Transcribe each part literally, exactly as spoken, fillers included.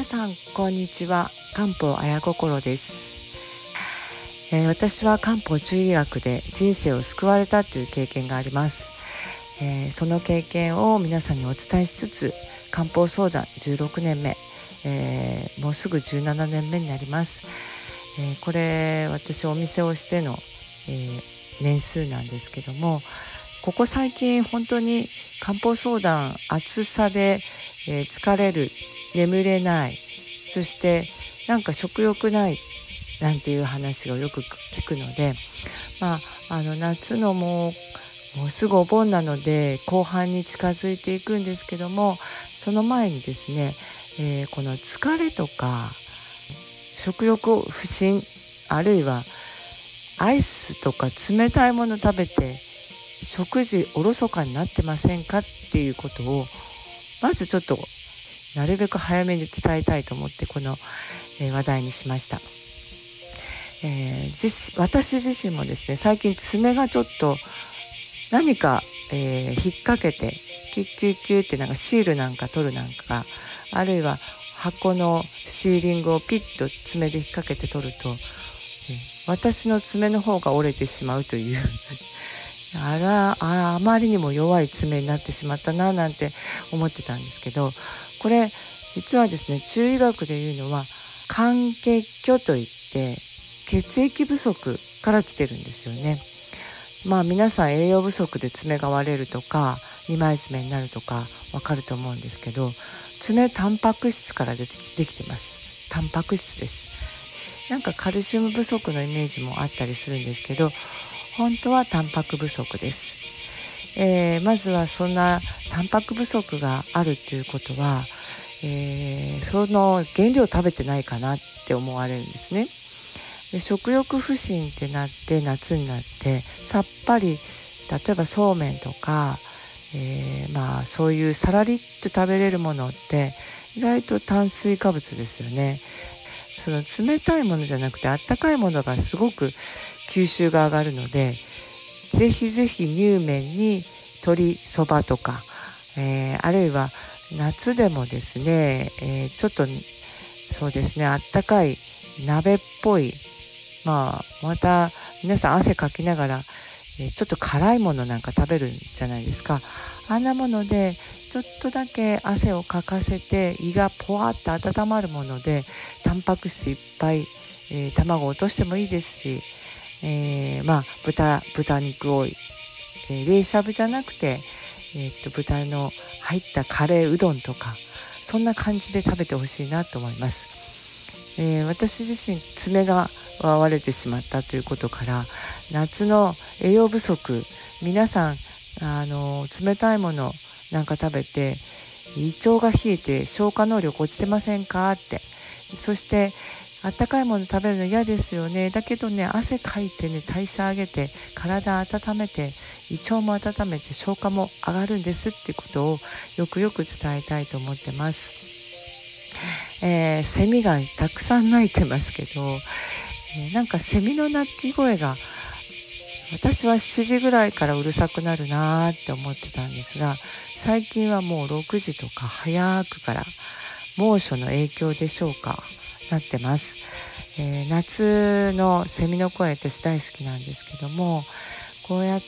さんこんにちは。漢方綾心です、えー、私は漢方中医学で人生を救われたという経験があります、えー、その経験を皆さんにお伝えしつつ、漢方相談じゅうろくねんめ、えー、もうすぐじゅうななねんめになります、えー、これ私お店をしての、えー、年数なんですけども、ここ最近本当に漢方相談、暑さで、えー、疲れる、眠れない、そしてなんか食欲ないなんていう話をよく聞くので、まあ、あの夏のもう、もうすぐお盆なので後半に近づいていくんですけども、その前にですね、えー、この疲れとか食欲不振、あるいはアイスとか冷たいもの食べて食事おろそかになってませんかっていうことをまずちょっとなるべく早めに伝えたいと思ってこの、えー、話題にしました、えー、自私自身もですね、最近爪がちょっと何か、えー、引っ掛けてキュッキュッキュッってなんかシールなんか取るなんか、あるいは箱のシーリングをピッと爪で引っ掛けて取ると、えー、私の爪の方が折れてしまうというあら あ, あまりにも弱い爪になってしまったななんて思ってたんですけど、これ実はですね、中医学でいうのは肝血虚といって血液不足から来てるんですよね。まあ皆さん栄養不足で爪が割れるとか二枚爪になるとかわかると思うんですけど、爪タンパク質からで き, できてます。タンパク質です。なんかカルシウム不足のイメージもあったりするんですけど、本当はタンパク不足です、えー、まずはそんなタンパク不足があるということは、えー、その原料を食べてないかなって思われるんですね。で食欲不振ってなって夏になってさっぱり、例えばそうめんとか、えー、まあそういうさらりっと食べれるものって意外と炭水化物ですよね。その冷たいものじゃなくてあったかいものがすごく吸収が上がるので、ぜひぜひ乳麺に鶏そばとか、えー、あるいは夏でもですね、えー、ちょっとそうですね、あったかい鍋っぽい、まあまた皆さん汗かきながら、えー、ちょっと辛いものなんか食べるんじゃないですか。あんなものでちょっとだけ汗をかかせて胃がポワッと温まるもので、タンパク質いっぱい、えー、卵を落としてもいいですし、えー、まあ 豚, 豚肉を、えー、冷しゃぶじゃなくて、えー、っと豚の入ったカレーうどんとか、そんな感じで食べてほしいなと思います、えー、私自身爪が割れてしまったということから、夏の栄養不足、皆さんあの冷たいものなんか食べて胃腸が冷えて消化能力落ちてませんかって、そしてあったかいもの食べるの嫌ですよね。だけどね、汗かいてね、代謝上げて体温めて胃腸も温めて消化も上がるんですっていうことをよくよく伝えたいと思ってます、えー、セミがたくさん鳴いてますけど、えー、なんかセミの鳴き声が私はしちじぐらいからうるさくなるなって思ってたんですが、最近はもうろくじとか早くから、猛暑の影響でしょうか、なってます、えー、夏のセミの声私大好きなんですけども、こうやって、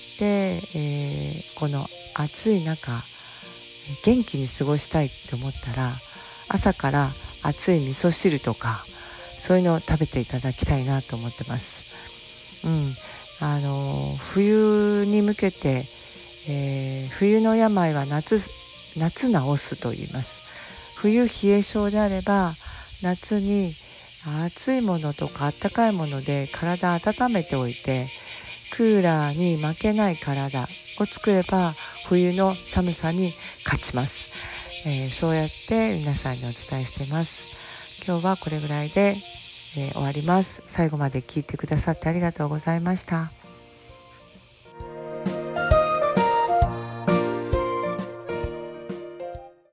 えー、この暑い中元気に過ごしたいと思ったら、朝から熱い味噌汁とかそういうのを食べていただきたいなと思ってます、うん、あの冬に向けて、えー、冬の病は夏夏治すと言います。冬冷え性であれば夏に熱いものとかあったかいもので体温めておいて、クーラーに負けない体を作れば冬の寒さに勝ちます、えー、そうやって皆さんにお伝えしています。今日はこれぐらいで、えー、終わります。最後まで聞いてくださってありがとうございました。